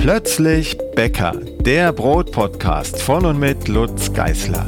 Plötzlich Bäcker, der Brotpodcast von und mit Lutz Geisler.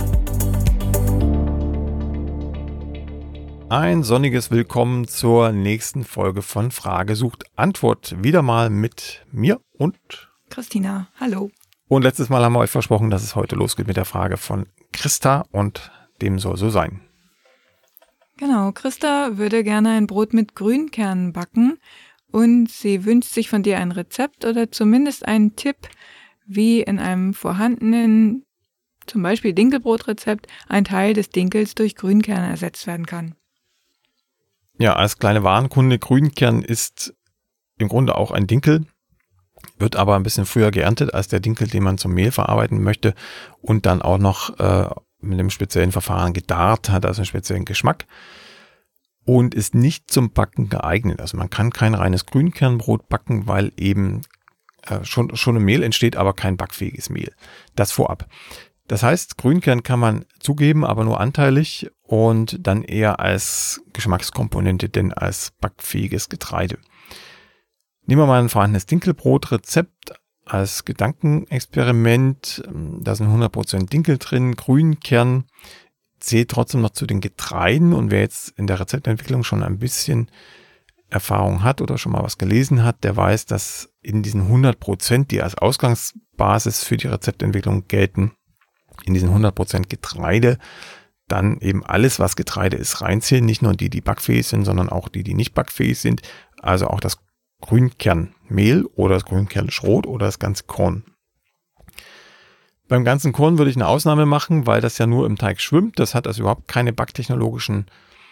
Ein sonniges Willkommen zur nächsten Folge von Frage sucht Antwort. Wieder mal mit mir und Christina. Hallo. Und letztes Mal haben wir euch versprochen, dass es heute losgeht mit der Frage von Christa und dem soll so sein. Genau, Christa würde gerne ein Brot mit Grünkernen backen und sie wünscht sich von dir ein Rezept oder zumindest einen Tipp, wie in einem vorhandenen, zum Beispiel Dinkelbrotrezept, ein Teil des Dinkels durch Grünkerne ersetzt werden kann. Ja, als kleine Warenkunde, Grünkern ist im Grunde auch ein Dinkel, wird aber ein bisschen früher geerntet als der Dinkel, den man zum Mehl verarbeiten möchte und dann auch noch mit einem speziellen Verfahren gedarrt, hat also einen speziellen Geschmack und ist nicht zum Backen geeignet. Also man kann kein reines Grünkernbrot backen, weil eben schon ein Mehl entsteht, aber kein backfähiges Mehl. Das vorab. Das heißt, Grünkern kann man zugeben, aber nur anteilig und dann eher als Geschmackskomponente, denn als backfähiges Getreide. Nehmen wir mal ein vorhandenes Dinkelbrotrezept als Gedankenexperiment. Da sind 100% Dinkel drin, Grünkern zählt trotzdem noch zu den Getreiden und wer jetzt in der Rezeptentwicklung schon ein bisschen Erfahrung hat oder schon mal was gelesen hat, der weiß, dass in diesen 100%, die als Ausgangsbasis für die Rezeptentwicklung gelten, in diesen 100% Getreide dann eben alles, was Getreide ist, reinzählen. Nicht nur die, die backfähig sind, sondern auch die, die nicht backfähig sind. Also auch das Grünkernmehl oder das Grünkernschrot oder das ganze Korn. Beim ganzen Korn würde ich eine Ausnahme machen, weil das ja nur im Teig schwimmt. Das hat also überhaupt keine backtechnologischen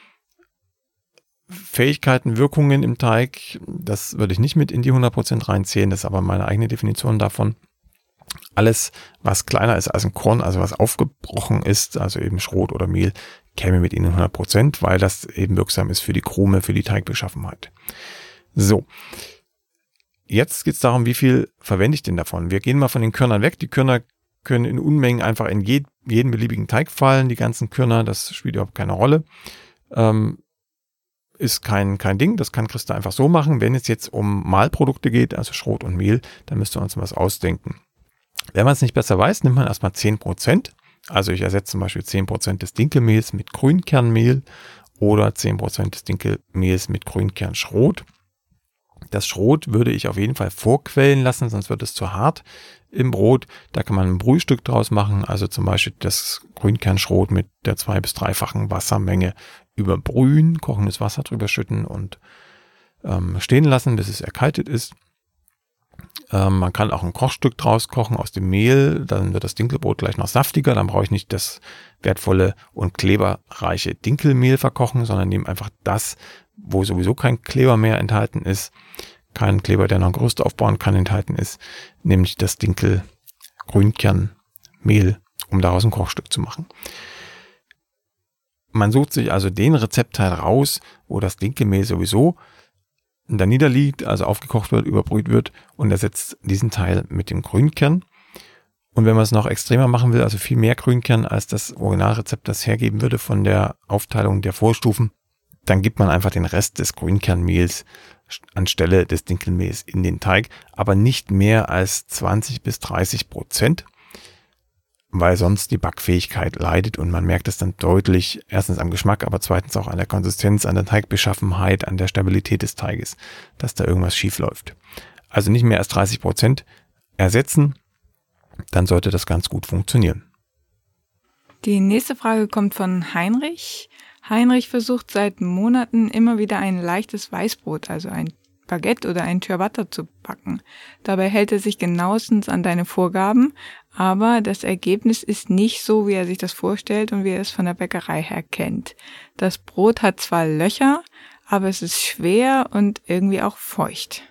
Fähigkeiten, Wirkungen im Teig. Das würde ich nicht mit in die 100% reinzählen. Das ist aber meine eigene Definition davon. Alles, was kleiner ist als ein Korn, also was aufgebrochen ist, also eben Schrot oder Mehl, käme mit in 100%, weil das eben wirksam ist für die Krume, für die Teigbeschaffenheit. So, jetzt geht es darum, wie viel verwende ich denn davon? Wir gehen mal von den Körnern weg. Die Körner können in Unmengen einfach in jeden beliebigen Teig fallen. Die ganzen Körner, das spielt überhaupt keine Rolle. Ist kein Ding, das kann Christa einfach so machen. Wenn es jetzt um Mahlprodukte geht, also Schrot und Mehl, dann müsst ihr uns was ausdenken. Wenn man es nicht besser weiß, nimmt man erstmal 10%. Also ich ersetze zum Beispiel 10% des Dinkelmehls mit Grünkernmehl oder 10% des Dinkelmehls mit Grünkernschrot. Das Schrot würde ich auf jeden Fall vorquellen lassen, sonst wird es zu hart im Brot. Da kann man ein Brühstück draus machen, also zum Beispiel das Grünkernschrot mit der 2- bis 3-fachen Wassermenge überbrühen, kochendes Wasser drüber schütten und stehen lassen, bis es erkaltet ist. Man kann auch ein Kochstück draus kochen aus dem Mehl, dann wird das Dinkelbrot gleich noch saftiger, dann brauche ich nicht das wertvolle und kleberreiche Dinkelmehl verkochen, sondern nehme einfach das, wo sowieso kein Kleber mehr enthalten ist, kein Kleber, der noch ein Gerüst aufbauen kann, enthalten ist, nämlich das Dinkel-Grünkernmehl, um daraus ein Kochstück zu machen. Man sucht sich also den Rezeptteil raus, wo das Dinkelmehl sowieso da niederliegt, also aufgekocht wird, überbrüht wird und ersetzt diesen Teil mit dem Grünkern. Und wenn man es noch extremer machen will, also viel mehr Grünkern, als das Originalrezept das hergeben würde von der Aufteilung der Vorstufen, dann gibt man einfach den Rest des Grünkernmehls anstelle des Dinkelmehls in den Teig, aber nicht mehr als 20 bis 30%, weil sonst die Backfähigkeit leidet und man merkt es dann deutlich, erstens am Geschmack, aber zweitens auch an der Konsistenz, an der Teigbeschaffenheit, an der Stabilität des Teiges, dass da irgendwas schief läuft. Also nicht mehr als 30% ersetzen, dann sollte das ganz gut funktionieren. Die nächste Frage kommt von Heinrich. Heinrich versucht seit Monaten immer wieder ein leichtes Weißbrot, also ein Baguette oder ein Ciabatta zu backen. Dabei hält er sich genauestens an deine Vorgaben, aber das Ergebnis ist nicht so, wie er sich das vorstellt und wie er es von der Bäckerei her kennt. Das Brot hat zwar Löcher, aber es ist schwer und irgendwie auch feucht.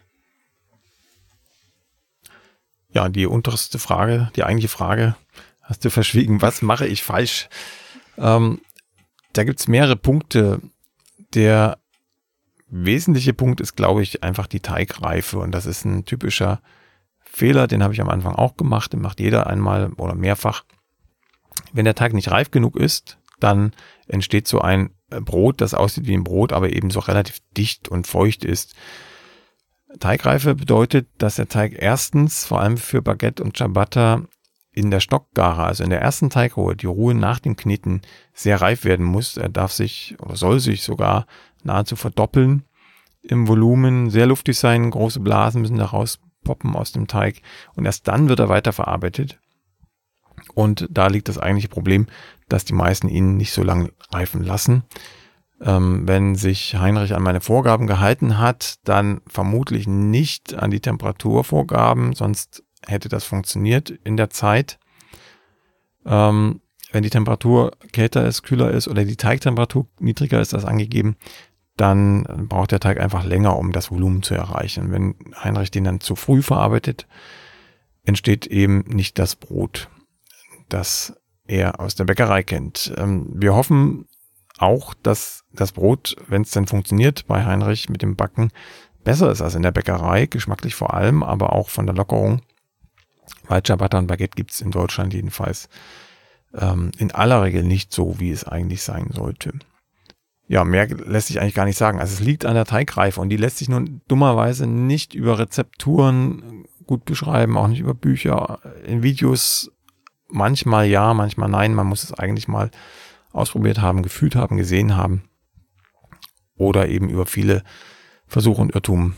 Ja, die unterste Frage, die eigentliche Frage hast du verschwiegen. Was mache ich falsch? Da gibt es mehrere Punkte. Der wesentliche Punkt ist, glaube ich, einfach die Teigreife und das ist ein typischer Fehler, den habe ich am Anfang auch gemacht, den macht jeder einmal oder mehrfach. Wenn der Teig nicht reif genug ist, dann entsteht so ein Brot, das aussieht wie ein Brot, aber eben so relativ dicht und feucht ist. Teigreife bedeutet, dass der Teig erstens vor allem für Baguette und Ciabatta in der Stockgare, also in der ersten Teigruhe, die Ruhe nach dem Kneten, sehr reif werden muss. Er darf sich oder soll sich sogar nahezu verdoppeln im Volumen, sehr luftig sein, große Blasen müssen da rauspoppen aus dem Teig und erst dann wird er weiterverarbeitet. Und da liegt das eigentliche Problem, dass die meisten ihn nicht so lange reifen lassen. Wenn sich Heinrich an meine Vorgaben gehalten hat, dann vermutlich nicht an die Temperaturvorgaben, sonst hätte das funktioniert in der Zeit. Wenn die Temperatur kälter ist, kühler ist oder die Teigtemperatur niedriger ist als angegeben, dann braucht der Teig einfach länger, um das Volumen zu erreichen. Wenn Heinrich den dann zu früh verarbeitet, entsteht eben nicht das Brot, das er aus der Bäckerei kennt. Wir hoffen auch, dass das Brot, wenn es denn funktioniert bei Heinrich mit dem Backen, besser ist als in der Bäckerei, geschmacklich vor allem, aber auch von der Lockerung. Weil Ciabatta und Baguette gibt es in Deutschland jedenfalls in aller Regel nicht so, wie es eigentlich sein sollte. Ja, mehr lässt sich eigentlich gar nicht sagen. Also es liegt an der Teigreife und die lässt sich nun dummerweise nicht über Rezepturen gut beschreiben, auch nicht über Bücher, in Videos manchmal ja, manchmal nein. Man muss es eigentlich mal ausprobiert haben, gefühlt haben, gesehen haben oder eben über viele Versuche und Irrtum,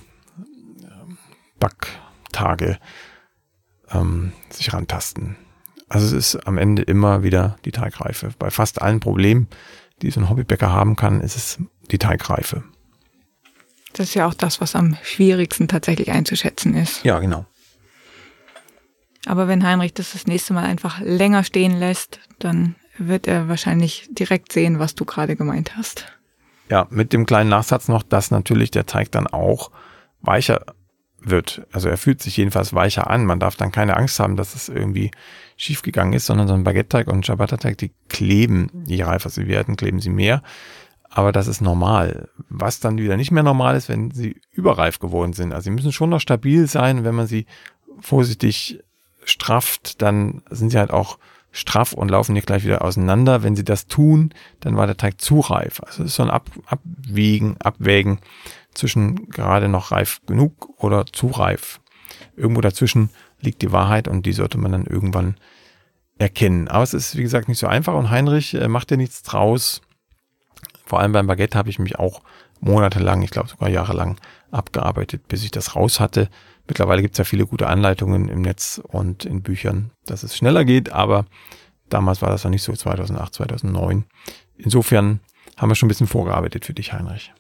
Backtage sich rantasten. Also es ist am Ende immer wieder die Teigreife. Bei fast allen Problemen, die so ein Hobbybäcker haben kann, ist es die Teigreife. Das ist ja auch das, was am schwierigsten tatsächlich einzuschätzen ist. Ja, genau. Aber wenn Heinrich das nächste Mal einfach länger stehen lässt, dann wird er wahrscheinlich direkt sehen, was du gerade gemeint hast. Ja, mit dem kleinen Nachsatz noch, dass natürlich der Teig dann auch weicher wird. Also er fühlt sich jedenfalls weicher an. Man darf dann keine Angst haben, dass es irgendwie schief gegangen ist, sondern so ein Baguette-Teig und ein Ciabatta-Teig, die kleben. Je reifer sie werden, kleben sie mehr. Aber das ist normal. Was dann wieder nicht mehr normal ist, wenn sie überreif geworden sind. Also sie müssen schon noch stabil sein. Wenn man sie vorsichtig strafft, dann sind sie halt auch straff und laufen nicht gleich wieder auseinander. Wenn sie das tun, dann war der Teig zu reif. Also es ist so ein Abwägen zwischen gerade noch reif genug oder zu reif. Irgendwo dazwischen liegt die Wahrheit und die sollte man dann irgendwann erkennen. Aber es ist, wie gesagt, nicht so einfach und Heinrich macht ja nichts draus. Vor allem beim Baguette habe ich mich auch monatelang, ich glaube sogar jahrelang abgearbeitet, bis ich das raus hatte. Mittlerweile gibt es ja viele gute Anleitungen im Netz und in Büchern, dass es schneller geht, aber damals war das noch nicht so, 2008, 2009. Insofern haben wir schon ein bisschen vorgearbeitet für dich, Heinrich.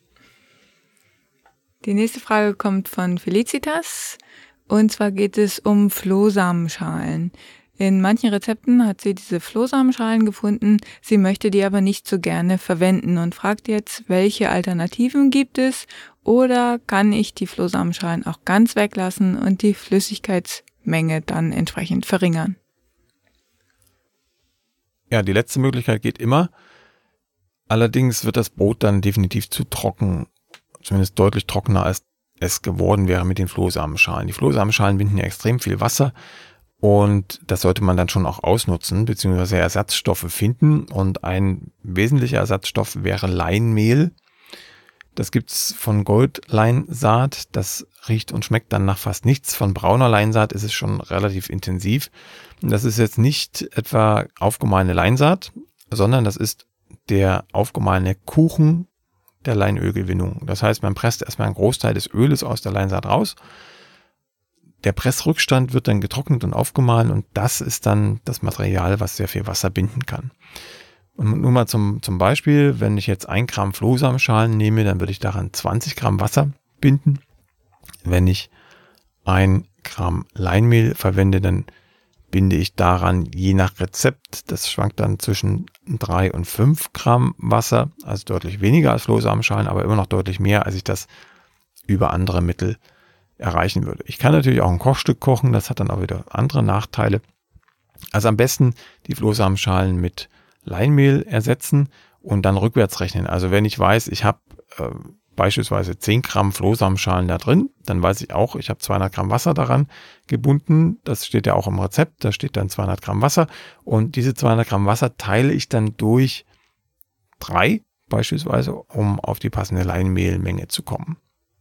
Die nächste Frage kommt von Felicitas und zwar geht es um Flohsamenschalen. In manchen Rezepten hat sie diese Flohsamenschalen gefunden, sie möchte die aber nicht so gerne verwenden und fragt jetzt, welche Alternativen gibt es oder kann ich die Flohsamenschalen auch ganz weglassen und die Flüssigkeitsmenge dann entsprechend verringern? Ja, die letzte Möglichkeit geht immer. Allerdings wird das Brot dann definitiv zu trocken, zumindest deutlich trockener, als es geworden wäre mit den Flohsamenschalen. Die Flohsamenschalen binden ja extrem viel Wasser. Und das sollte man dann schon auch ausnutzen, beziehungsweise Ersatzstoffe finden. Und ein wesentlicher Ersatzstoff wäre Leinmehl. Das gibt's von Goldleinsaat. Das riecht und schmeckt dann nach fast nichts. Von brauner Leinsaat ist es schon relativ intensiv. Und das ist jetzt nicht etwa aufgemahlene Leinsaat, sondern das ist der aufgemahlene Kuchen der Leinölgewinnung. Das heißt, man presst erstmal einen Großteil des Öles aus der Leinsaat raus. Der Pressrückstand wird dann getrocknet und aufgemahlen und das ist dann das Material, was sehr viel Wasser binden kann. Und nur mal zum Beispiel, wenn ich jetzt 1 Gramm Flohsamenschalen nehme, dann würde ich daran 20 Gramm Wasser binden. Wenn ich 1 Gramm Leinmehl verwende, dann binde ich daran je nach Rezept, das schwankt dann zwischen 3 und 5 Gramm Wasser, also deutlich weniger als Flohsamenschalen, aber immer noch deutlich mehr, als ich das über andere Mittel erreichen würde. Ich kann natürlich auch ein Kochstück kochen, das hat dann auch wieder andere Nachteile. Also am besten die Flohsamenschalen mit Leinmehl ersetzen und dann rückwärts rechnen. Also wenn ich weiß, ich habe beispielsweise 10 Gramm Flohsamenschalen da drin, dann weiß ich auch, ich habe 200 Gramm Wasser daran gebunden. Das steht ja auch im Rezept, da steht dann 200 Gramm Wasser und diese 200 Gramm Wasser teile ich dann durch 3 beispielsweise, um auf die passende Leinmehlmenge zu kommen.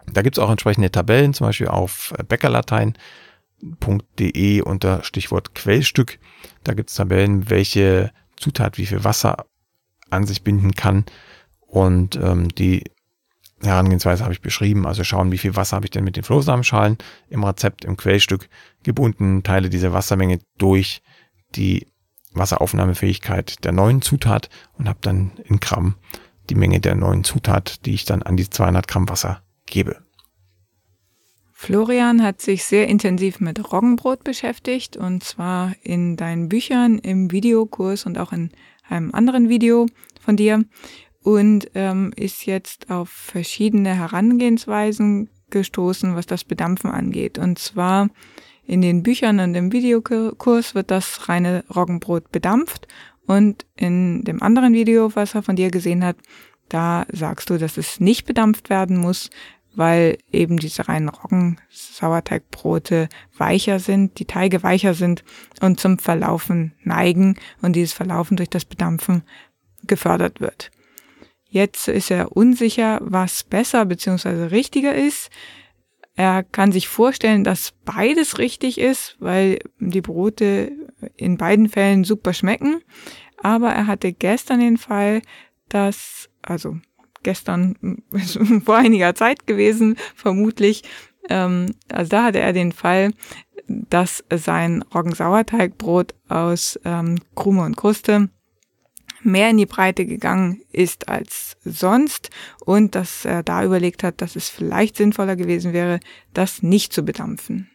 Da gibt es auch entsprechende Tabellen, zum Beispiel auf bäckerlatein.de unter Stichwort Quellstück. Da gibt es Tabellen, welche Zutat wie viel Wasser an sich binden kann. Und die Herangehensweise habe ich beschrieben. Also schauen, wie viel Wasser habe ich denn mit den Flohsamenschalen im Rezept, im Quellstück gebunden, teile diese Wassermenge durch die Wasseraufnahmefähigkeit der neuen Zutat und habe dann in Gramm die Menge der neuen Zutat, die ich dann an die 200 Gramm Wasser gebe. Florian hat sich sehr intensiv mit Roggenbrot beschäftigt, und zwar in deinen Büchern, im Videokurs und auch in einem anderen Video von dir, und ist jetzt auf verschiedene Herangehensweisen gestoßen, was das Bedampfen angeht. Und zwar in den Büchern und im Videokurs wird das reine Roggenbrot bedampft, und in dem anderen Video, was er von dir gesehen hat, da sagst du, dass es nicht bedampft werden muss, weil eben diese reinen Roggensauerteigbrote weicher sind, die Teige weicher sind und zum Verlaufen neigen und dieses Verlaufen durch das Bedampfen gefördert wird. Jetzt ist er unsicher, was besser bzw. richtiger ist. Er kann sich vorstellen, dass beides richtig ist, weil die Brote in beiden Fällen super schmecken. Aber er hatte gestern den Fall, gestern ist vor einiger Zeit gewesen, vermutlich, also da hatte er den Fall, dass sein Roggensauerteigbrot aus Krume und Kruste mehr in die Breite gegangen ist als sonst und dass er da überlegt hat, dass es vielleicht sinnvoller gewesen wäre, das nicht zu bedampfen.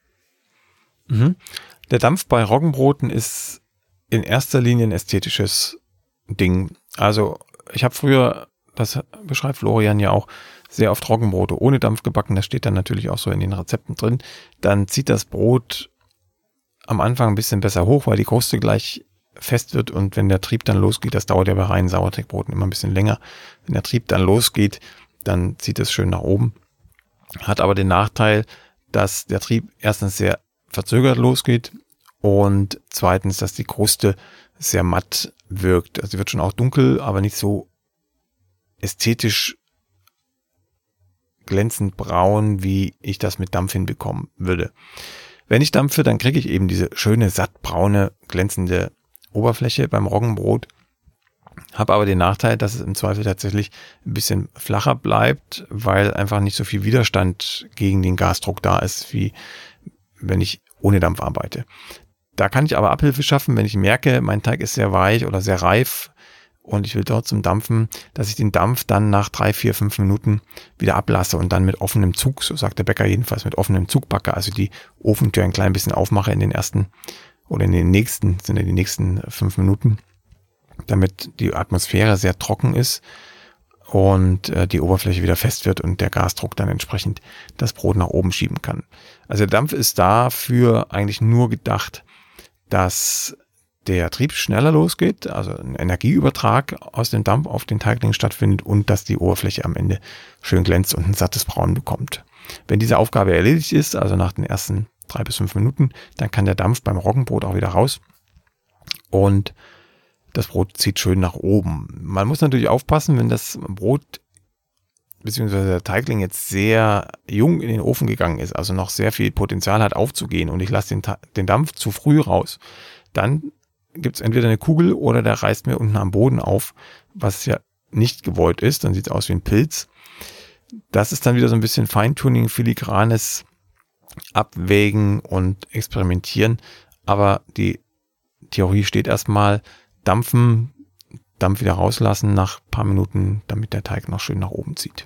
Der Dampf bei Roggenbroten ist in erster Linie ein ästhetisches Ding. Also ich habe früher, das beschreibt Florian ja auch, sehr oft Roggenbrote ohne Dampf gebacken. Das steht dann natürlich auch so in den Rezepten drin. Dann zieht das Brot am Anfang ein bisschen besser hoch, weil die Kruste gleich fest wird, und wenn der Trieb dann losgeht, das dauert ja bei reinen Sauerteigbroten immer ein bisschen länger. Wenn der Trieb dann losgeht, dann zieht es schön nach oben. Hat aber den Nachteil, dass der Trieb erstens sehr verzögert losgeht und zweitens, dass die Kruste sehr matt wirkt. Also sie wird schon auch dunkel, aber nicht so ästhetisch glänzend braun, wie ich das mit Dampf hinbekommen würde. Wenn ich dampfe, dann kriege ich eben diese schöne, sattbraune, glänzende Oberfläche beim Roggenbrot. Habe aber den Nachteil, dass es im Zweifel tatsächlich ein bisschen flacher bleibt, weil einfach nicht so viel Widerstand gegen den Gasdruck da ist, wie wenn ich ohne Dampf arbeite. Da kann ich aber Abhilfe schaffen, wenn ich merke, mein Teig ist sehr weich oder sehr reif und ich will dort zum Dampfen, dass ich den Dampf dann nach 3, 4, 5 Minuten wieder ablasse und dann mit offenem Zug, so sagt der Bäcker jedenfalls, mit offenem Zug backe, also die Ofentür ein klein bisschen aufmache in den ersten oder in den nächsten, sind ja die nächsten 5 Minuten, damit die Atmosphäre sehr trocken ist und die Oberfläche wieder fest wird und der Gasdruck dann entsprechend das Brot nach oben schieben kann. Also der Dampf ist dafür eigentlich nur gedacht, dass der Trieb schneller losgeht, also ein Energieübertrag aus dem Dampf auf den Teigling stattfindet und dass die Oberfläche am Ende schön glänzt und ein sattes Braun bekommt. Wenn diese Aufgabe erledigt ist, also nach den ersten 3 bis 5 Minuten, dann kann der Dampf beim Roggenbrot auch wieder raus und das Brot zieht schön nach oben. Man muss natürlich aufpassen, wenn das Brot bzw. der Teigling jetzt sehr jung in den Ofen gegangen ist, also noch sehr viel Potenzial hat aufzugehen und ich lasse den Dampf zu früh raus, dann gibt es entweder eine Kugel oder der reißt mir unten am Boden auf, was ja nicht gewollt ist, dann sieht es aus wie ein Pilz. Das ist dann wieder so ein bisschen Feintuning, filigranes Abwägen und Experimentieren, aber die Theorie steht erstmal, dampfen, Dampf wieder rauslassen nach ein paar Minuten, damit der Teig noch schön nach oben zieht.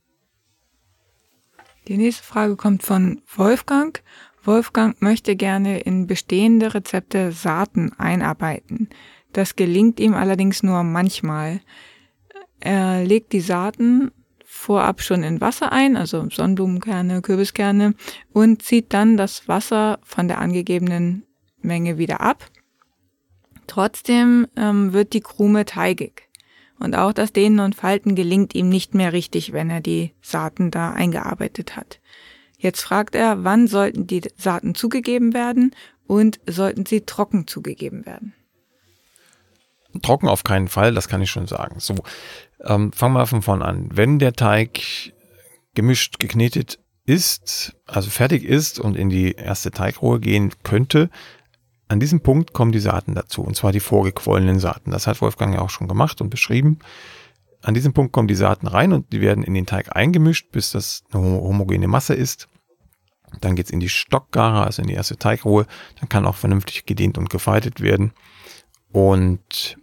Die nächste Frage kommt von Wolfgang. Wolfgang möchte gerne in bestehende Rezepte Saaten einarbeiten. Das gelingt ihm allerdings nur manchmal. Er legt die Saaten vorab schon in Wasser ein, also Sonnenblumenkerne, Kürbiskerne, und zieht dann das Wasser von der angegebenen Menge wieder ab. Trotzdem wird die Krume teigig. Und auch das Dehnen und Falten gelingt ihm nicht mehr richtig, wenn er die Saaten da eingearbeitet hat. Jetzt fragt er, wann sollten die Saaten zugegeben werden und sollten sie trocken zugegeben werden? Trocken auf keinen Fall, das kann ich schon sagen. So, fangen wir von vorn an. Wenn der Teig gemischt, geknetet ist, also fertig ist und in die erste Teigrohe gehen könnte, an diesem Punkt kommen die Saaten dazu, und zwar die vorgequollenen Saaten. Das hat Wolfgang ja auch schon gemacht und beschrieben. An diesem Punkt kommen die Saaten rein und die werden in den Teig eingemischt, bis das eine homogene Masse ist. Dann geht es in die Stockgare, also in die erste Teigrohe. Dann kann auch vernünftig gedehnt und gefaltet werden. Und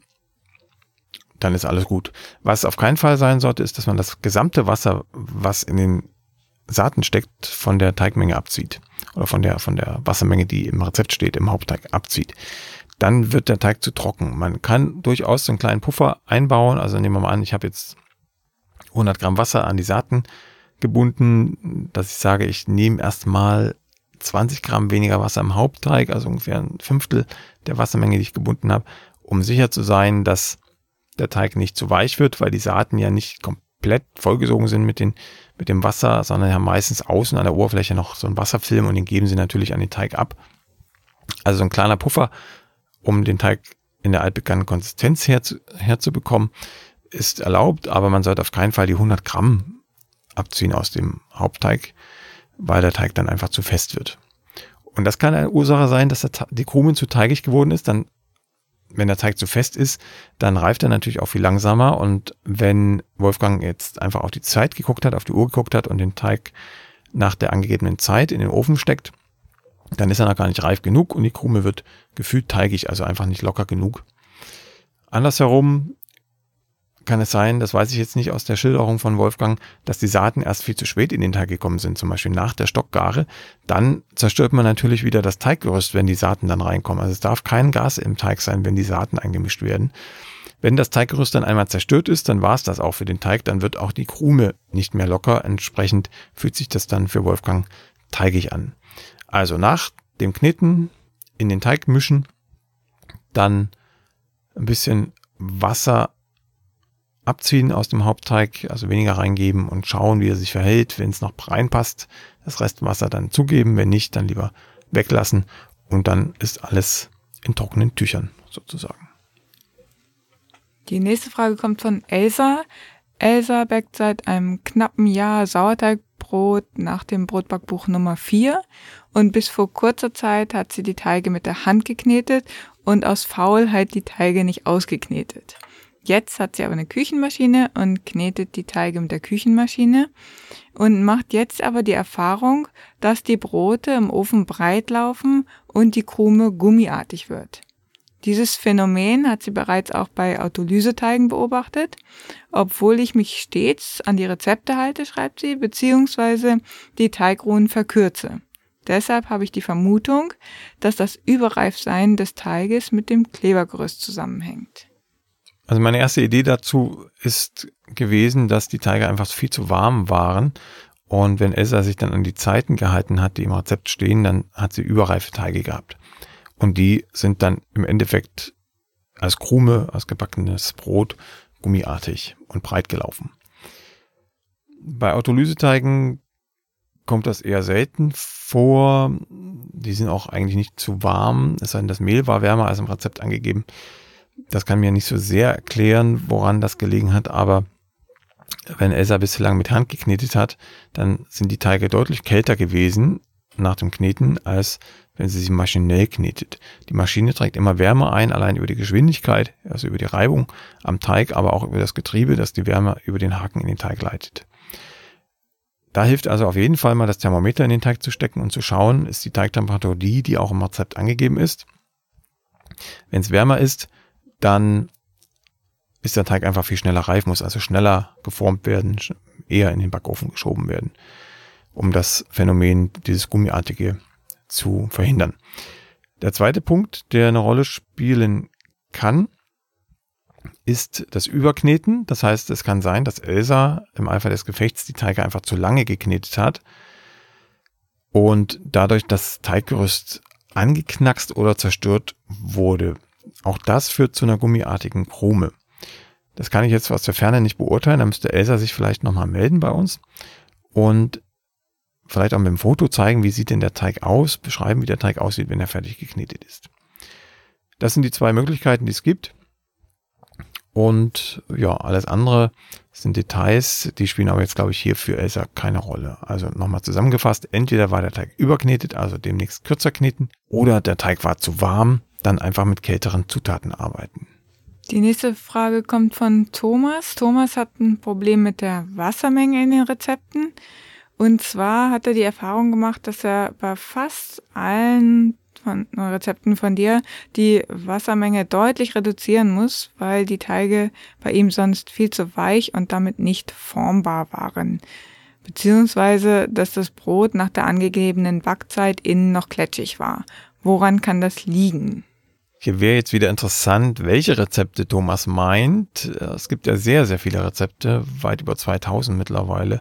dann ist alles gut. Was auf keinen Fall sein sollte, ist, dass man das gesamte Wasser, was in den Saaten steckt, von der Teigmenge abzieht. Oder von der Wassermenge, die im Rezept steht, im Hauptteig abzieht. Dann wird der Teig zu trocken. Man kann durchaus so einen kleinen Puffer einbauen. Also nehmen wir mal an, ich habe jetzt 100 Gramm Wasser an die Saaten gebunden, dass ich sage, ich nehme erstmal 20 Gramm weniger Wasser im Hauptteig, also ungefähr ein Fünftel der Wassermenge, die ich gebunden habe, um sicher zu sein, dass der Teig nicht zu weich wird, weil die Saaten ja nicht komplett vollgesogen sind mit dem Wasser, sondern ja meistens außen an der Oberfläche noch so einen Wasserfilm, und den geben sie natürlich an den Teig ab. Also so ein kleiner Puffer, um den Teig in der altbekannten Konsistenz herzubekommen, ist erlaubt, aber man sollte auf keinen Fall die 100 Gramm abziehen aus dem Hauptteig, weil der Teig dann einfach zu fest wird. Und das kann eine Ursache sein, dass die Krumen zu teigig geworden ist. Dann, wenn der Teig zu fest ist, dann reift er natürlich auch viel langsamer. Und wenn Wolfgang jetzt einfach auf die Zeit geguckt hat, auf die Uhr geguckt hat und den Teig nach der angegebenen Zeit in den Ofen steckt, dann ist er noch gar nicht reif genug und die Krume wird gefühlt teigig, also einfach nicht locker genug. Andersherum kann es sein, das weiß ich jetzt nicht aus der Schilderung von Wolfgang, dass die Saaten erst viel zu spät in den Teig gekommen sind, zum Beispiel nach der Stockgare. Dann zerstört man natürlich wieder das Teiggerüst, wenn die Saaten dann reinkommen. Also es darf kein Gas im Teig sein, wenn die Saaten eingemischt werden. Wenn das Teiggerüst dann einmal zerstört ist, dann war es das auch für den Teig. Dann wird auch die Krume nicht mehr locker. Entsprechend fühlt sich das dann für Wolfgang teigig an. Also nach dem Kneten in den Teig mischen, dann ein bisschen Wasser abziehen aus dem Hauptteig, also weniger reingeben und schauen, wie er sich verhält. Wenn es noch reinpasst, das Restwasser dann zugeben, wenn nicht, dann lieber weglassen, und dann ist alles in trockenen Tüchern sozusagen. Die nächste Frage kommt von Elsa. Elsa backt seit einem knappen Jahr Sauerteigbrot nach dem Brotbackbuch Nummer 4 und bis vor kurzer Zeit hat sie die Teige mit der Hand geknetet und aus Faulheit die Teige nicht ausgeknetet. Jetzt hat sie aber eine Küchenmaschine und knetet die Teige mit der Küchenmaschine und macht jetzt aber die Erfahrung, dass die Brote im Ofen breit laufen und die Krume gummiartig wird. Dieses Phänomen hat sie bereits auch bei Autolyseteigen beobachtet, obwohl ich mich stets an die Rezepte halte, schreibt sie, beziehungsweise die Teigruhen verkürze. Deshalb habe ich die Vermutung, dass das Überreifsein des Teiges mit dem Klebergerüst zusammenhängt. Also meine erste Idee dazu ist gewesen, dass die Teige einfach viel zu warm waren, und wenn Elsa sich dann an die Zeiten gehalten hat, die im Rezept stehen, dann hat sie überreife Teige gehabt. Und die sind dann im Endeffekt als Krume, als gebackenes Brot, gummiartig und breit gelaufen. Bei Autolyseteigen kommt das eher selten vor. Die sind auch eigentlich nicht zu warm, es sei denn, das Mehl war wärmer als im Rezept angegeben. Das kann mir nicht so sehr erklären, woran das gelegen hat, aber wenn Elsa bislang mit Hand geknetet hat, dann sind die Teige deutlich kälter gewesen nach dem Kneten, als wenn sie maschinell knetet. Die Maschine trägt immer Wärme ein, allein über die Geschwindigkeit, also über die Reibung am Teig, aber auch über das Getriebe, das die Wärme über den Haken in den Teig leitet. Da hilft also auf jeden Fall mal das Thermometer in den Teig zu stecken und zu schauen, ist die Teigtemperatur die auch im Rezept angegeben ist. Wenn es wärmer ist, dann ist der Teig einfach viel schneller reif, muss also schneller geformt werden, eher in den Backofen geschoben werden, um das Phänomen, dieses Gummiartige, zu verhindern. Der zweite Punkt, der eine Rolle spielen kann, ist das Überkneten. Das heißt, es kann sein, dass Elsa im Eifer des Gefechts die Teige einfach zu lange geknetet hat und dadurch das Teiggerüst angeknackst oder zerstört wurde. Auch das führt zu einer gummiartigen Krume. Das kann ich jetzt aus der Ferne nicht beurteilen. Da müsste Elsa sich vielleicht nochmal melden bei uns und vielleicht auch mit dem Foto zeigen, wie sieht denn der Teig aus, beschreiben, wie der Teig aussieht, wenn er fertig geknetet ist. Das sind die zwei Möglichkeiten, die es gibt. Und ja, alles andere sind Details, die spielen aber jetzt, glaube ich, hier für Elsa keine Rolle. Also nochmal zusammengefasst, entweder war der Teig überknetet, also demnächst kürzer kneten, oder der Teig war zu warm, dann einfach mit kälteren Zutaten arbeiten. Die nächste Frage kommt von Thomas. Thomas hat ein Problem mit der Wassermenge in den Rezepten. Und zwar hat er die Erfahrung gemacht, dass er bei fast allen Rezepten von dir die Wassermenge deutlich reduzieren muss, weil die Teige bei ihm sonst viel zu weich und damit nicht formbar waren. Beziehungsweise, dass das Brot nach der angegebenen Backzeit innen noch kletschig war. Woran kann das liegen? Hier wäre jetzt wieder interessant, welche Rezepte Thomas meint. Es gibt ja sehr, sehr viele Rezepte, weit über 2000 mittlerweile.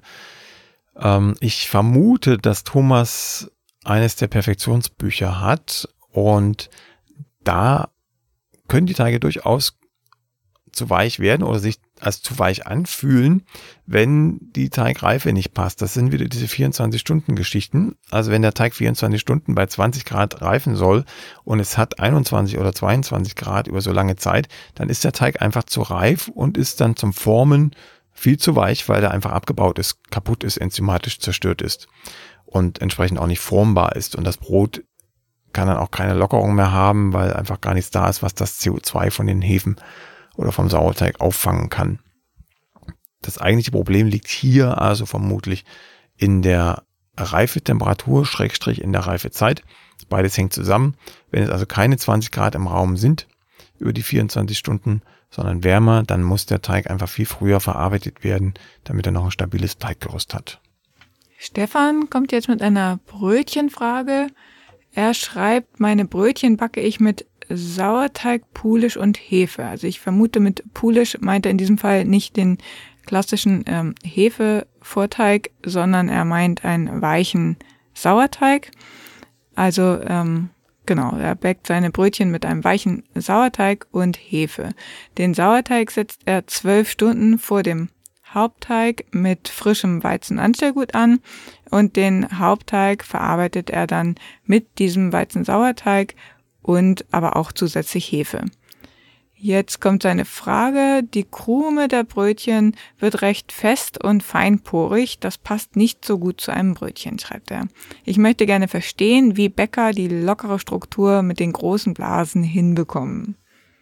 Ich vermute, dass Thomas eines der Perfektionsbücher hat und da können die Teige durchaus zu weich werden oder sich als zu weich anfühlen, wenn die Teigreife nicht passt. Das sind wieder diese 24-Stunden-Geschichten. Also wenn der Teig 24 Stunden bei 20 Grad reifen soll und es hat 21 oder 22 Grad über so lange Zeit, dann ist der Teig einfach zu reif und ist dann zum Formen viel zu weich, weil der einfach abgebaut ist, kaputt ist, enzymatisch zerstört ist und entsprechend auch nicht formbar ist. Und das Brot kann dann auch keine Lockerung mehr haben, weil einfach gar nichts da ist, was das CO2 von den Hefen oder vom Sauerteig auffangen kann. Das eigentliche Problem liegt hier also vermutlich in der Reifetemperatur, / in der Reifezeit. Beides hängt zusammen. Wenn es also keine 20 Grad im Raum sind, über die 24 Stunden, sondern wärmer, dann muss der Teig einfach viel früher verarbeitet werden, damit er noch ein stabiles Teiggerüst hat. Stefan kommt jetzt mit einer Brötchenfrage. Er schreibt, meine Brötchen backe ich mit Sauerteig, Pulisch und Hefe. Also ich vermute, mit Pulisch meint er in diesem Fall nicht den klassischen Hefevorteig, sondern er meint einen weichen Sauerteig. Also genau, er backt seine Brötchen mit einem weichen Sauerteig und Hefe. Den Sauerteig setzt er 12 Stunden vor dem Hauptteig mit frischem Weizenanstellgut an und den Hauptteig verarbeitet er dann mit diesem Weizensauerteig und aber auch zusätzlich Hefe. Jetzt kommt seine Frage, die Krume der Brötchen wird recht fest und feinporig, das passt nicht so gut zu einem Brötchen, schreibt er. Ich möchte gerne verstehen, wie Bäcker die lockere Struktur mit den großen Blasen hinbekommen.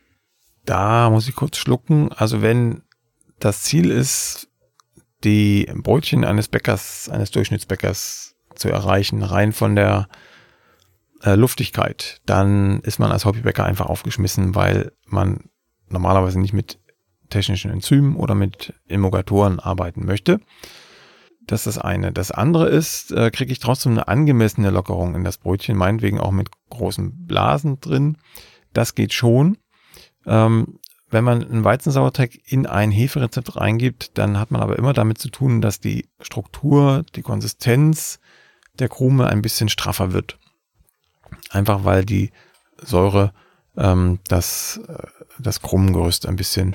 Da muss ich kurz schlucken, also wenn das Ziel ist, die Brötchen eines Bäckers, eines Durchschnittsbäckers zu erreichen, rein von der Luftigkeit, dann ist man als Hobbybäcker einfach aufgeschmissen, weil man normalerweise nicht mit technischen Enzymen oder mit Emulgatoren arbeiten möchte. Das ist das eine. Das andere ist, kriege ich trotzdem eine angemessene Lockerung in das Brötchen, meinetwegen auch mit großen Blasen drin. Das geht schon. Wenn man einen Weizensauerteig in ein Heferezept reingibt, dann hat man aber immer damit zu tun, dass die Struktur, die Konsistenz der Krume ein bisschen straffer wird. Einfach weil die Säure das Krumengerüst ein bisschen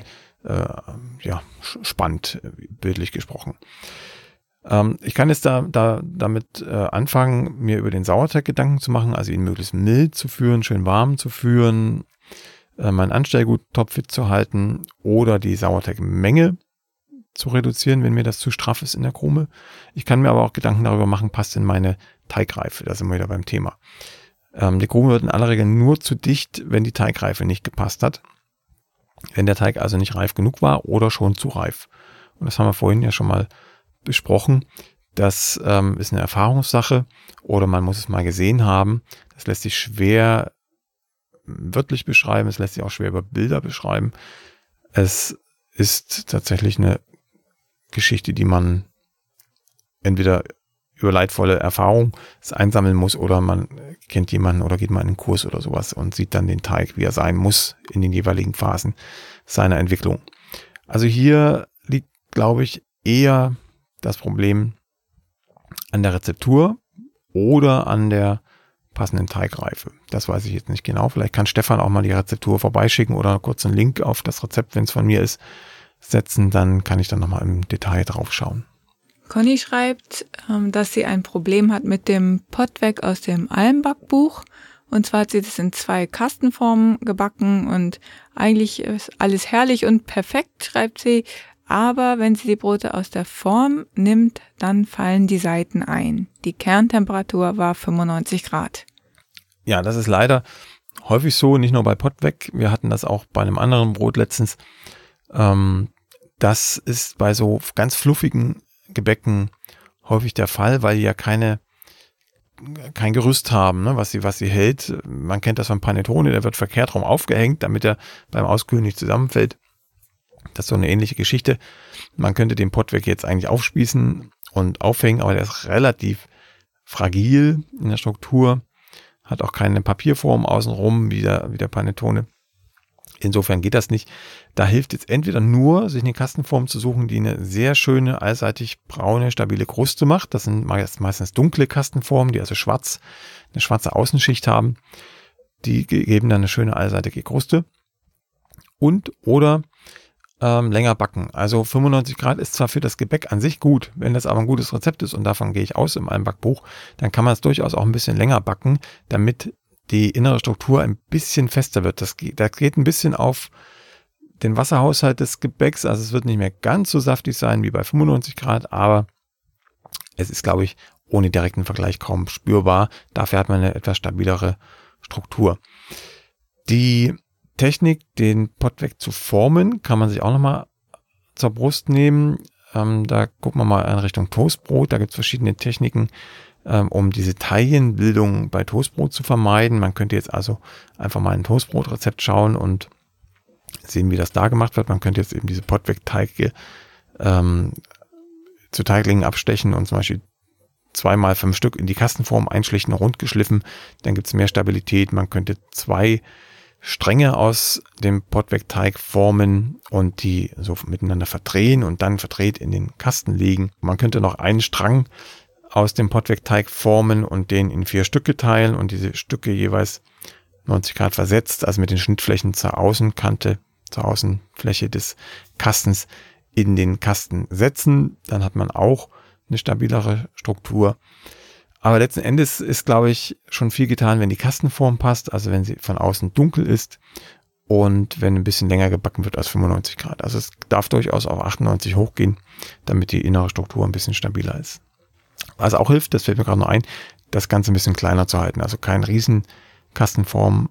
spannt, bildlich gesprochen. Ich kann jetzt damit anfangen, mir über den Sauerteig Gedanken zu machen, also ihn möglichst mild zu führen, schön warm zu führen, mein Anstellgut topfit zu halten oder die Sauerteigmenge zu reduzieren, wenn mir das zu straff ist in der Krume. Ich kann mir aber auch Gedanken darüber machen, passt in meine Teigreife, da sind wir wieder beim Thema. Die Krume wird in aller Regel nur zu dicht, wenn die Teigreife nicht gepasst hat. Wenn der Teig also nicht reif genug war oder schon zu reif. Und das haben wir vorhin ja schon mal besprochen. Das ist eine Erfahrungssache oder man muss es mal gesehen haben. Das lässt sich schwer wörtlich beschreiben, es lässt sich auch schwer über Bilder beschreiben. Es ist tatsächlich eine Geschichte, die man entweder über leidvolle Erfahrung einsammeln muss oder man kennt jemanden oder geht mal in einen Kurs oder sowas und sieht dann den Teig, wie er sein muss in den jeweiligen Phasen seiner Entwicklung. Also hier liegt, glaube ich, eher das Problem an der Rezeptur oder an der passenden Teigreife. Das weiß ich jetzt nicht genau. Vielleicht kann Stefan auch mal die Rezeptur vorbeischicken oder kurz einen Link auf das Rezept, wenn es von mir ist, setzen. Dann kann ich dann nochmal im Detail drauf schauen. Conny schreibt, dass sie ein Problem hat mit dem Pottweg aus dem Almbackbuch Und zwar hat sie das in 2 Kastenformen gebacken und eigentlich ist alles herrlich und perfekt, schreibt sie. Aber wenn sie die Brote aus der Form nimmt, dann fallen die Seiten ein. Die Kerntemperatur war 95 Grad. Ja, das ist leider häufig so, nicht nur bei Pottweg. Wir hatten das auch bei einem anderen Brot letztens. Das ist bei so ganz fluffigen Gebäcken häufig der Fall, weil die ja kein Gerüst haben, ne, was sie hält. Man kennt das von Panettone, der wird verkehrt rum aufgehängt, damit er beim Auskühlen nicht zusammenfällt. Das ist so eine ähnliche Geschichte. Man könnte den Pottweg jetzt eigentlich aufspießen und aufhängen, aber der ist relativ fragil in der Struktur, hat auch keine Papierform außenrum wie der Panettone. Insofern geht das nicht. Da hilft jetzt entweder nur, sich eine Kastenform zu suchen, die eine sehr schöne, allseitig braune, stabile Kruste macht. Das sind meistens dunkle Kastenformen, die also eine schwarze Außenschicht haben. Die geben dann eine schöne, allseitige Kruste. Oder länger backen. Also 95 Grad ist zwar für das Gebäck an sich gut, wenn das aber ein gutes Rezept ist, und davon gehe ich aus in meinem Backbuch, dann kann man es durchaus auch ein bisschen länger backen, damit die innere Struktur ein bisschen fester wird. Das geht ein bisschen auf den Wasserhaushalt des Gebäcks, also es wird nicht mehr ganz so saftig sein wie bei 95 Grad, aber es ist, glaube ich, ohne direkten Vergleich kaum spürbar. Dafür hat man eine etwas stabilere Struktur. Die Technik, den Pottweg zu formen, kann man sich auch nochmal zur Brust nehmen. Da gucken wir mal in Richtung Toastbrot. Da gibt es verschiedene Techniken, um diese Taillenbildung bei Toastbrot zu vermeiden. Man könnte jetzt also einfach mal ein Toastbrotrezept schauen und sehen, wie das da gemacht wird. Man könnte jetzt eben diese Pottweg-Teige zu Teiglingen abstechen und zum Beispiel 2x5 Stück in die Kastenform einschlichten, rund geschliffen. Dann gibt es mehr Stabilität. Man könnte 2 Stränge aus dem Pottweg-Teig formen und die so miteinander verdrehen und dann verdreht in den Kasten legen. Man könnte noch einen Strang aus dem Pottweg-Teig formen und den in 4 Stücke teilen und diese Stücke jeweils 90 Grad versetzt, also mit den Schnittflächen zur Außenkante, zur Außenfläche des Kastens in den Kasten setzen. Dann hat man auch eine stabilere Struktur. Aber letzten Endes ist, glaube ich, schon viel getan, wenn die Kastenform passt, also wenn sie von außen dunkel ist und wenn ein bisschen länger gebacken wird als 95 Grad. Also es darf durchaus auf 98 hochgehen, damit die innere Struktur ein bisschen stabiler ist. Was auch hilft, das fällt mir gerade noch ein, das Ganze ein bisschen kleiner zu halten. Also keine Riesenkastenform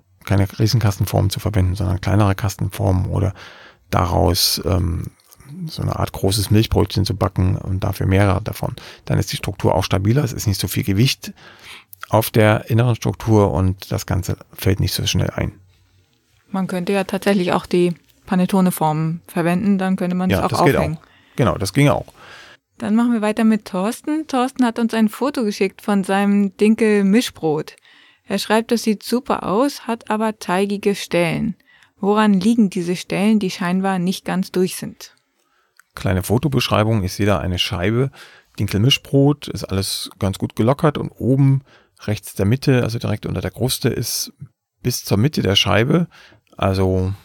zu verwenden, sondern kleinere Kastenformen oder daraus so eine Art großes Milchbrötchen zu backen und dafür mehrere davon. Dann ist die Struktur auch stabiler, es ist nicht so viel Gewicht auf der inneren Struktur und das Ganze fällt nicht so schnell ein. Man könnte ja tatsächlich auch die Panettone-Formen verwenden, dann könnte man es auch aufhängen. Genau, das ging auch. Dann machen wir weiter mit Thorsten. Thorsten hat uns ein Foto geschickt von seinem Dinkel-Mischbrot. Er schreibt, das sieht super aus, hat aber teigige Stellen. Woran liegen diese Stellen, die scheinbar nicht ganz durch sind? Kleine Fotobeschreibung, ich sehe da eine Scheibe Dinkel-Mischbrot, ist alles ganz gut gelockert und oben rechts der Mitte, also direkt unter der Kruste, ist bis zur Mitte der Scheibe, also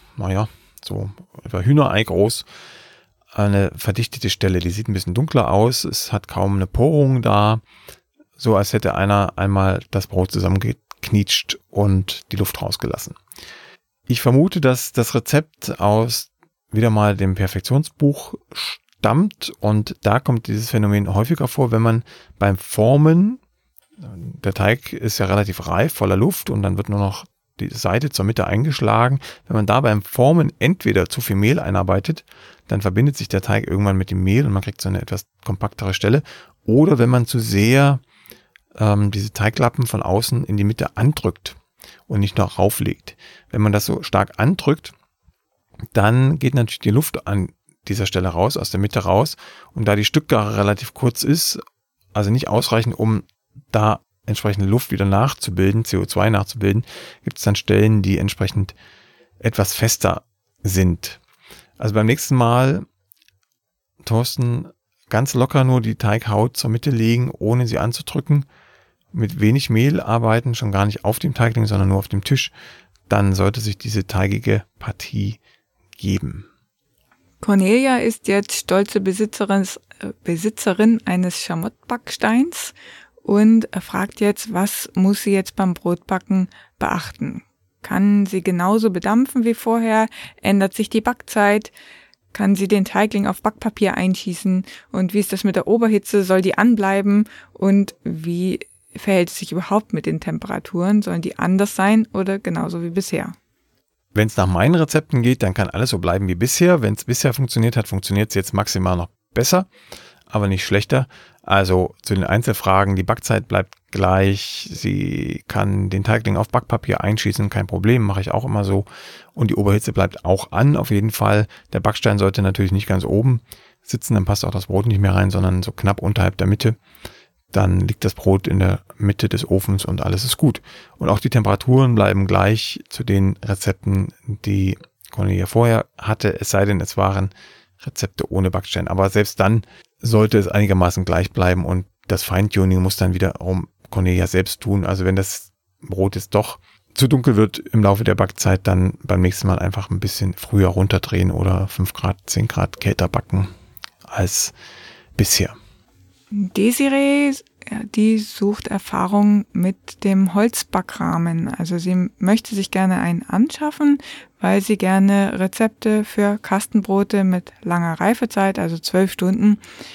so etwa Hühnerei groß, eine verdichtete Stelle. Die sieht ein bisschen dunkler aus, es hat kaum eine Porung da, so als hätte einer einmal das Brot zusammengeknietscht und die Luft rausgelassen. Ich vermute, dass das Rezept aus wieder mal dem Perfektionsbuch stammt und da kommt dieses Phänomen häufiger vor, wenn man beim Formen, der Teig ist ja relativ reif, voller Luft und dann wird nur noch die Seite zur Mitte eingeschlagen. Wenn man da beim Formen entweder zu viel Mehl einarbeitet, dann verbindet sich der Teig irgendwann mit dem Mehl und man kriegt so eine etwas kompaktere Stelle. Oder wenn man zu sehr diese Teiglappen von außen in die Mitte andrückt und nicht noch rauflegt. Wenn man das so stark andrückt, dann geht natürlich die Luft an dieser Stelle raus, aus der Mitte raus. Und da die Stückgare relativ kurz ist, also nicht ausreichend, um da entsprechende Luft wieder nachzubilden, CO2 nachzubilden, gibt es dann Stellen, die entsprechend etwas fester sind. Also beim nächsten Mal, Thorsten, ganz locker nur die Teighaut zur Mitte legen, ohne sie anzudrücken, mit wenig Mehl arbeiten, schon gar nicht auf dem Teigling, sondern nur auf dem Tisch. Dann sollte sich diese teigige Partie geben. Cornelia ist jetzt stolze Besitzerin eines Schamottbacksteins und er fragt jetzt, was muss sie jetzt beim Brotbacken beachten? Kann sie genauso bedampfen wie vorher? Ändert sich die Backzeit? Kann sie den Teigling auf Backpapier einschießen? Und wie ist das mit der Oberhitze? Soll die anbleiben? Und wie verhält es sich überhaupt mit den Temperaturen? Sollen die anders sein oder genauso wie bisher? Wenn es nach meinen Rezepten geht, dann kann alles so bleiben wie bisher. Wenn es bisher funktioniert hat, funktioniert es jetzt maximal noch besser, aber nicht schlechter. Also zu den Einzelfragen, die Backzeit bleibt gleich, sie kann den Teigling auf Backpapier einschießen, kein Problem, mache ich auch immer so. Und die Oberhitze bleibt auch an, auf jeden Fall. Der Backstein sollte natürlich nicht ganz oben sitzen, dann passt auch das Brot nicht mehr rein, sondern so knapp unterhalb der Mitte. Dann liegt das Brot in der Mitte des Ofens und alles ist gut. Und auch die Temperaturen bleiben gleich zu den Rezepten, die Cornelia vorher hatte, es sei denn, es waren Rezepte ohne Backstein. Aber selbst dann sollte es einigermaßen gleich bleiben und das Feintuning muss dann wiederum Cornelia selbst tun. Also wenn das Brot jetzt doch zu dunkel wird im Laufe der Backzeit, dann beim nächsten Mal einfach ein bisschen früher runterdrehen oder 5 Grad, 10 Grad kälter backen als bisher. Desiree, die sucht Erfahrung mit dem Holzbackrahmen. Also sie möchte sich gerne einen anschaffen, weil sie gerne Rezepte für Kastenbrote mit langer Reifezeit, also 12 Stunden,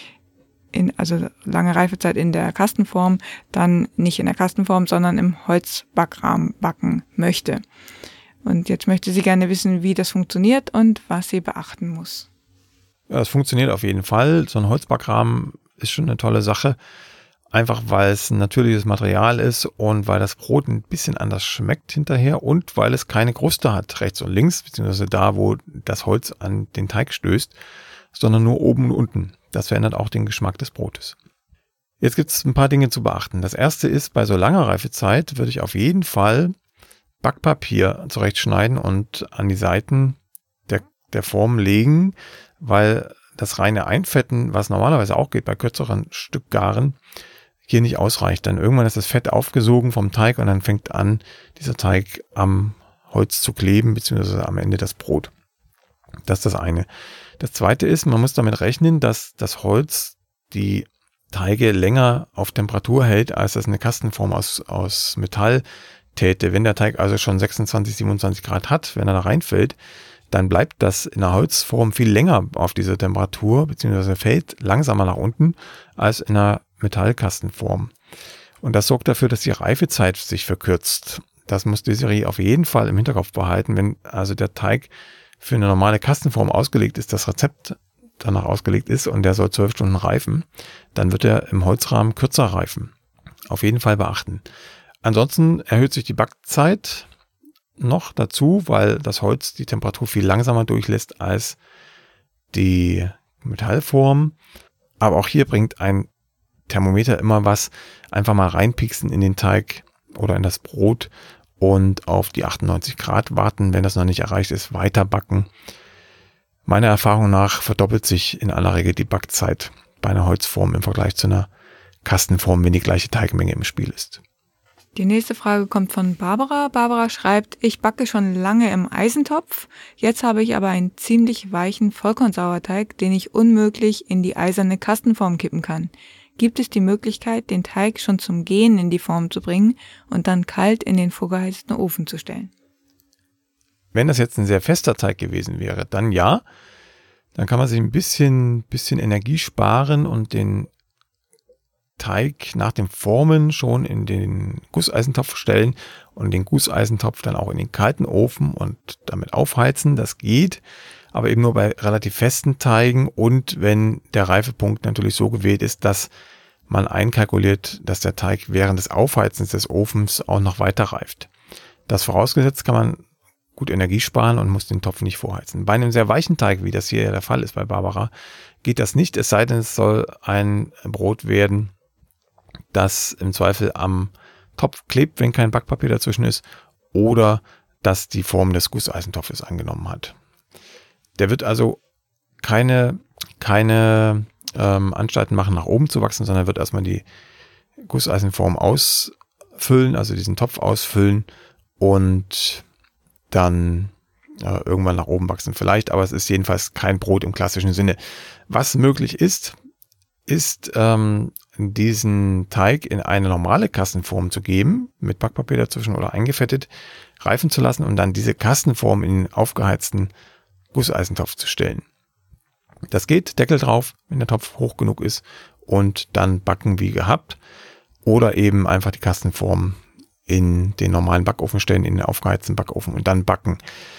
also lange Reifezeit in der Kastenform, dann nicht in der Kastenform, sondern im Holzbackrahmen backen möchte. Und jetzt möchte sie gerne wissen, wie das funktioniert und was sie beachten muss. Ja, das funktioniert auf jeden Fall. So ein Holzbackrahmen ist schon eine tolle Sache. Einfach weil es ein natürliches Material ist und weil das Brot ein bisschen anders schmeckt hinterher und weil es keine Kruste hat, rechts und links, beziehungsweise da, wo das Holz an den Teig stößt, sondern nur oben und unten. Das verändert auch den Geschmack des Brotes. Jetzt gibt es ein paar Dinge zu beachten. Das erste ist, bei so langer Reifezeit würde ich auf jeden Fall Backpapier zurechtschneiden und an die Seiten der Form legen, weil das reine Einfetten, was normalerweise auch geht bei kürzeren Stückgaren, hier nicht ausreicht. Dann irgendwann ist das Fett aufgesogen vom Teig und dann fängt an, dieser Teig am Holz zu kleben, beziehungsweise am Ende das Brot. Das ist das eine. Das zweite ist, man muss damit rechnen, dass das Holz die Teige länger auf Temperatur hält, als das eine Kastenform aus Metall täte. Wenn der Teig also schon 26, 27 Grad hat, wenn er da reinfällt, dann bleibt das in der Holzform viel länger auf dieser Temperatur, beziehungsweise fällt langsamer nach unten als in einer Metallkastenform. Und das sorgt dafür, dass die Reifezeit sich verkürzt. Das muss Desiree auf jeden Fall im Hinterkopf behalten. Wenn also der Teig für eine normale Kastenform ausgelegt ist, das Rezept danach ausgelegt ist und der soll 12 Stunden reifen, dann wird er im Holzrahmen kürzer reifen. Auf jeden Fall beachten. Ansonsten erhöht sich die Backzeit noch dazu, weil das Holz die Temperatur viel langsamer durchlässt als die Metallform. Aber auch hier bringt ein Thermometer immer was. Einfach mal reinpieksen in den Teig oder in das Brot und auf die 98 Grad warten. Wenn das noch nicht erreicht ist, weiter backen. Meiner Erfahrung nach verdoppelt sich in aller Regel die Backzeit bei einer Holzform im Vergleich zu einer Kastenform, wenn die gleiche Teigmenge im Spiel ist. Die nächste Frage kommt von Barbara. Barbara schreibt, ich backe schon lange im Eisentopf, jetzt habe ich aber einen ziemlich weichen Vollkornsauerteig, den ich unmöglich in die eiserne Kastenform kippen kann. Gibt es die Möglichkeit, den Teig schon zum Gehen in die Form zu bringen und dann kalt in den vorgeheizten Ofen zu stellen? Wenn das jetzt ein sehr fester Teig gewesen wäre, dann ja. Dann kann man sich ein bisschen Energie sparen und den Teig nach dem Formen schon in den Gusseisentopf stellen und den Gusseisentopf dann auch in den kalten Ofen und damit aufheizen. Das geht, aber eben nur bei relativ festen Teigen und wenn der Reifepunkt natürlich so gewählt ist, dass man einkalkuliert, dass der Teig während des Aufheizens des Ofens auch noch weiter reift. Das vorausgesetzt kann man gut Energie sparen und muss den Topf nicht vorheizen. Bei einem sehr weichen Teig, wie das hier ja der Fall ist bei Barbara, geht das nicht, es sei denn, es soll ein Brot werden, das im Zweifel am Topf klebt, wenn kein Backpapier dazwischen ist, oder das die Form des Gusseisentopfes angenommen hat. Der wird also keine Anstalten machen, nach oben zu wachsen, sondern wird erstmal die Gusseisenform ausfüllen, also diesen Topf ausfüllen und dann irgendwann nach oben wachsen vielleicht, aber es ist jedenfalls kein Brot im klassischen Sinne. Was möglich ist diesen Teig in eine normale Kastenform zu geben, mit Backpapier dazwischen oder eingefettet, reifen zu lassen und dann diese Kastenform in den aufgeheizten Gusseisentopf zu stellen. Das geht, Deckel drauf, wenn der Topf hoch genug ist, und dann backen wie gehabt. Oder eben einfach die Kastenform in den normalen Backofen stellen, in den aufgeheizten Backofen und dann backen.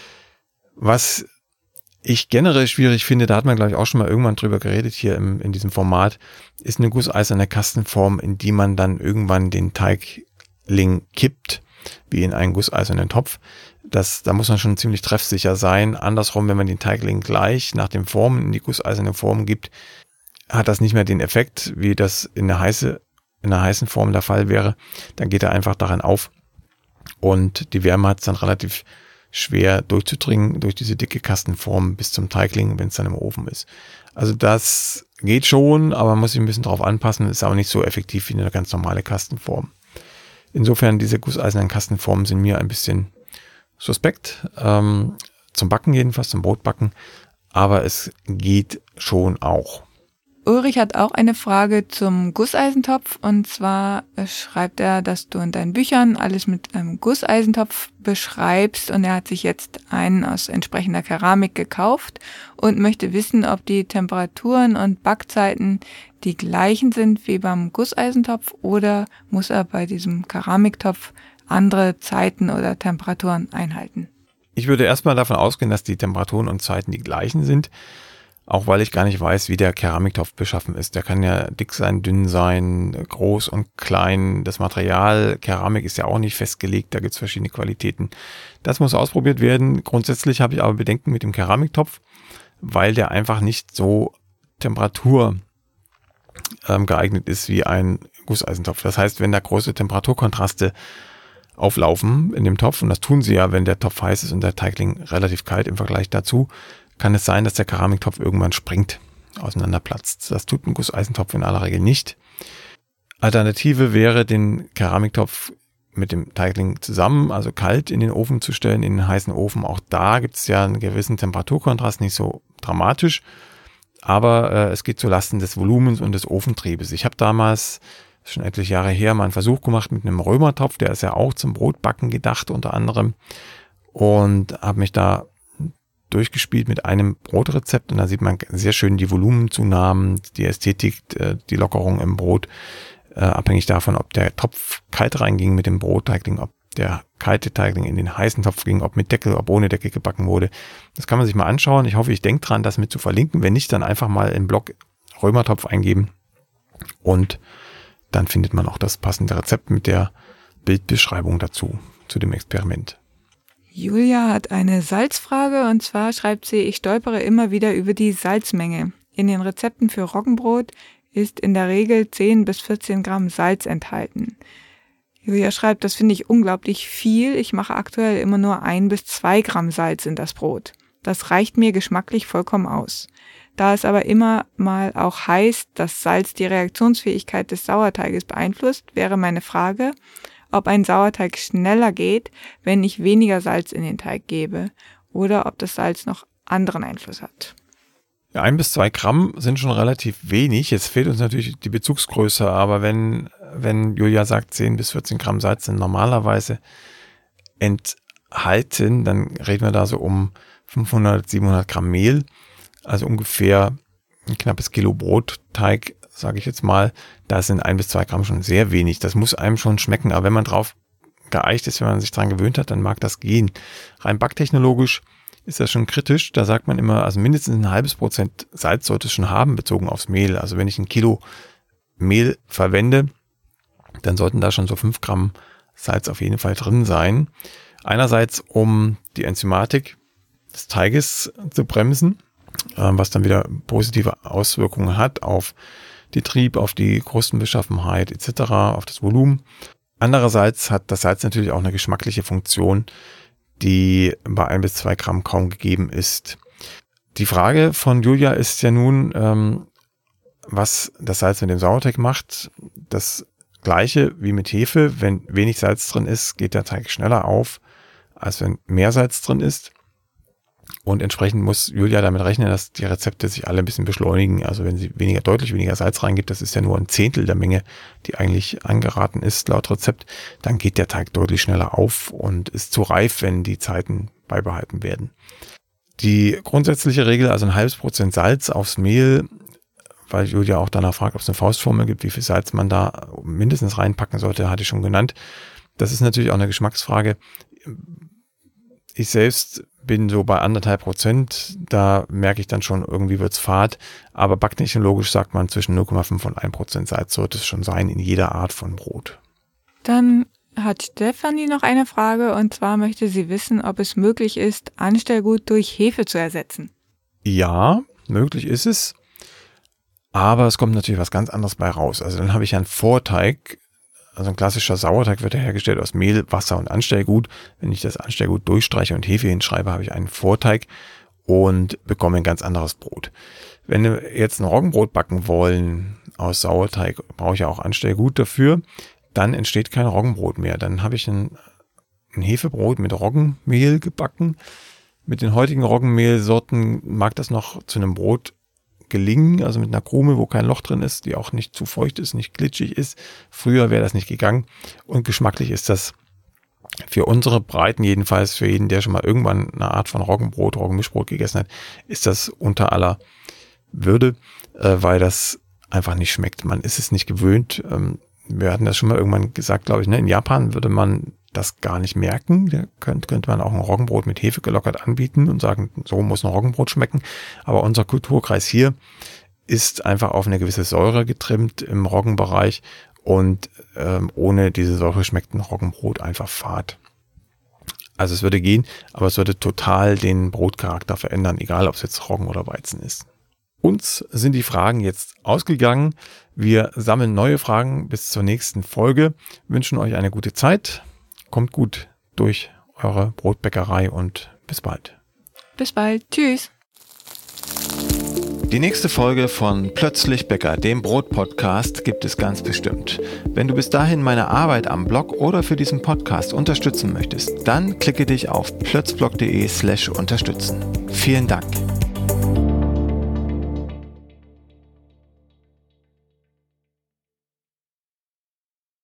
Was ich generell schwierig finde, da hat man, glaube ich, auch schon mal irgendwann drüber geredet hier in diesem Format, ist eine gusseiserne Kastenform, in die man dann irgendwann den Teigling kippt, wie in einen gusseisernen Topf. Da muss man schon ziemlich treffsicher sein. Andersrum, wenn man den Teigling gleich nach dem Formen in die gusseiserne Form gibt, hat das nicht mehr den Effekt, wie das in der heißen Form der Fall wäre. Dann geht er einfach daran auf und die Wärme hat es dann relativ schwer durchzudringen durch diese dicke Kastenform bis zum Teigling, wenn es dann im Ofen ist. Also das geht schon, aber man muss sich ein bisschen drauf anpassen, ist auch nicht so effektiv wie eine ganz normale Kastenform. Insofern, diese gusseisernen Kastenformen sind mir ein bisschen suspekt, zum Backen jedenfalls, zum Brotbacken, aber es geht schon auch. Ulrich hat auch eine Frage zum Gusseisentopf, und zwar schreibt er, dass du in deinen Büchern alles mit einem Gusseisentopf beschreibst, und er hat sich jetzt einen aus entsprechender Keramik gekauft und möchte wissen, ob die Temperaturen und Backzeiten die gleichen sind wie beim Gusseisentopf, oder muss er bei diesem Keramiktopf andere Zeiten oder Temperaturen einhalten. Ich würde erstmal davon ausgehen, dass die Temperaturen und Zeiten die gleichen sind. Auch weil ich gar nicht weiß, wie der Keramiktopf beschaffen ist. Der kann ja dick sein, dünn sein, groß und klein. Das Material Keramik ist ja auch nicht festgelegt. Da gibt es verschiedene Qualitäten. Das muss ausprobiert werden. Grundsätzlich habe ich aber Bedenken mit dem Keramiktopf, weil der einfach nicht so Temperatur geeignet ist wie ein Gusseisentopf. Das heißt, wenn da große Temperaturkontraste auflaufen in dem Topf, und das tun sie ja, wenn der Topf heiß ist und der Teigling relativ kalt im Vergleich dazu, kann es sein, dass der Keramiktopf irgendwann springt, auseinanderplatzt. Das tut ein Gusseisentopf in aller Regel nicht. Alternative wäre, den Keramiktopf mit dem Teigling zusammen, also kalt in den Ofen zu stellen, in den heißen Ofen. Auch da gibt es ja einen gewissen Temperaturkontrast, nicht so dramatisch, aber es geht zu Lasten des Volumens und des Ofentriebes. Ich habe damals, schon etliche Jahre her, mal einen Versuch gemacht mit einem Römertopf, der ist ja auch zum Brotbacken gedacht unter anderem, und habe mich da durchgespielt mit einem Brotrezept, und da sieht man sehr schön die Volumenzunahmen, die Ästhetik, die Lockerung im Brot, abhängig davon, ob der Topf kalt reinging mit dem Brotteigling, ob der kalte Teigling in den heißen Topf ging, ob mit Deckel, ob ohne Deckel gebacken wurde. Das kann man sich mal anschauen. Ich hoffe, ich denke dran, das mit zu verlinken. Wenn nicht, dann einfach mal im Blog Römertopf eingeben, und dann findet man auch das passende Rezept mit der Bildbeschreibung dazu, zu dem Experiment. Julia hat eine Salzfrage, und zwar schreibt sie: Ich stolpere immer wieder über die Salzmenge. In den Rezepten für Roggenbrot ist in der Regel 10 bis 14 Gramm Salz enthalten. Julia schreibt, das finde ich unglaublich viel. Ich mache aktuell immer nur 1 bis 2 Gramm Salz in das Brot. Das reicht mir geschmacklich vollkommen aus. Da es aber immer mal auch heißt, dass Salz die Reaktionsfähigkeit des Sauerteiges beeinflusst, wäre meine Frage, ob ein Sauerteig schneller geht, wenn ich weniger Salz in den Teig gebe, oder ob das Salz noch anderen Einfluss hat. Ja, 1 bis 2 Gramm sind schon relativ wenig. Jetzt fehlt uns natürlich die Bezugsgröße, aber wenn Julia sagt, 10 bis 14 Gramm Salz sind normalerweise enthalten, dann reden wir da so um 500, 700 Gramm Mehl, also ungefähr ein knappes Kilo Brotteig, sage ich jetzt mal. Da sind 1 bis 2 Gramm schon sehr wenig. Das muss einem schon schmecken, aber wenn man drauf geeicht ist, wenn man sich dran gewöhnt hat, dann mag das gehen. Rein backtechnologisch ist das schon kritisch. Da sagt man immer, also mindestens ein halbes Prozent Salz sollte es schon haben, bezogen aufs Mehl. Also wenn ich 1 Kilo Mehl verwende, dann sollten da schon so 5 Gramm Salz auf jeden Fall drin sein. Einerseits, um die Enzymatik des Teiges zu bremsen, was dann wieder positive Auswirkungen hat auf die Trieb, auf die Krustenbeschaffenheit etc., auf das Volumen. Andererseits hat das Salz natürlich auch eine geschmackliche Funktion, die bei 1 bis 2 Gramm kaum gegeben ist. Die Frage von Julia ist ja nun, was das Salz mit dem Sauerteig macht. Das Gleiche wie mit Hefe: Wenn wenig Salz drin ist, geht der Teig schneller auf, als wenn mehr Salz drin ist. Und entsprechend muss Julia damit rechnen, dass die Rezepte sich alle ein bisschen beschleunigen. Also wenn sie deutlich weniger Salz reingibt, das ist ja nur 1/10 der Menge, die eigentlich angeraten ist laut Rezept, dann geht der Teig deutlich schneller auf und ist zu reif, wenn die Zeiten beibehalten werden. Die grundsätzliche Regel, also 0,5% Salz aufs Mehl, weil Julia auch danach fragt, ob es eine Faustformel gibt, wie viel Salz man da mindestens reinpacken sollte, hatte ich schon genannt. Das ist natürlich auch eine Geschmacksfrage. Ich selbst bin so bei 1,5%, da merke ich dann schon, irgendwie wird's fad, aber backtechnologisch sagt man zwischen 0,5 und 1% Salz sollte es schon sein in jeder Art von Brot. Dann hat Stefanie noch eine Frage, und zwar möchte sie wissen, ob es möglich ist, Anstellgut durch Hefe zu ersetzen. Ja, möglich ist es, aber es kommt natürlich was ganz anderes bei raus. Also dann habe ich einen Vorteig. Also ein klassischer Sauerteig wird hergestellt aus Mehl, Wasser und Anstellgut. Wenn ich das Anstellgut durchstreiche und Hefe hinschreibe, habe ich einen Vorteig und bekomme ein ganz anderes Brot. Wenn wir jetzt ein Roggenbrot backen wollen aus Sauerteig, brauche ich ja auch Anstellgut dafür. Dann entsteht kein Roggenbrot mehr. Dann habe ich ein Hefebrot mit Roggenmehl gebacken. Mit den heutigen Roggenmehlsorten mag das noch zu einem Brot gelingen, also mit einer Krume, wo kein Loch drin ist, die auch nicht zu feucht ist, nicht glitschig ist. Früher wäre das nicht gegangen und geschmacklich ist das für unsere Breiten jedenfalls, für jeden, der schon mal irgendwann eine Art von Roggenmischbrot gegessen hat, ist das unter aller Würde, weil das einfach nicht schmeckt. Man ist es nicht gewöhnt. Wir hatten das schon mal irgendwann gesagt, glaube ich, ne? In Japan würde man das gar nicht merken. Da könnte man auch ein Roggenbrot mit Hefe gelockert anbieten und sagen, so muss ein Roggenbrot schmecken. Aber unser Kulturkreis hier ist einfach auf eine gewisse Säure getrimmt im Roggenbereich und ohne diese Säure schmeckt ein Roggenbrot einfach fad. Also es würde gehen, aber es würde total den Brotcharakter verändern, egal ob es jetzt Roggen oder Weizen ist. Uns sind die Fragen jetzt ausgegangen. Wir sammeln neue Fragen bis zur nächsten Folge. Wünschen euch eine gute Zeit. Kommt gut durch eure Brotbäckerei und bis bald. Bis bald. Tschüss. Die nächste Folge von Plötzlich Bäcker, dem Brot-Podcast, gibt es ganz bestimmt. Wenn du bis dahin meine Arbeit am Blog oder für diesen Podcast unterstützen möchtest, dann klicke dich auf plötzblog.de/unterstützen. Vielen Dank.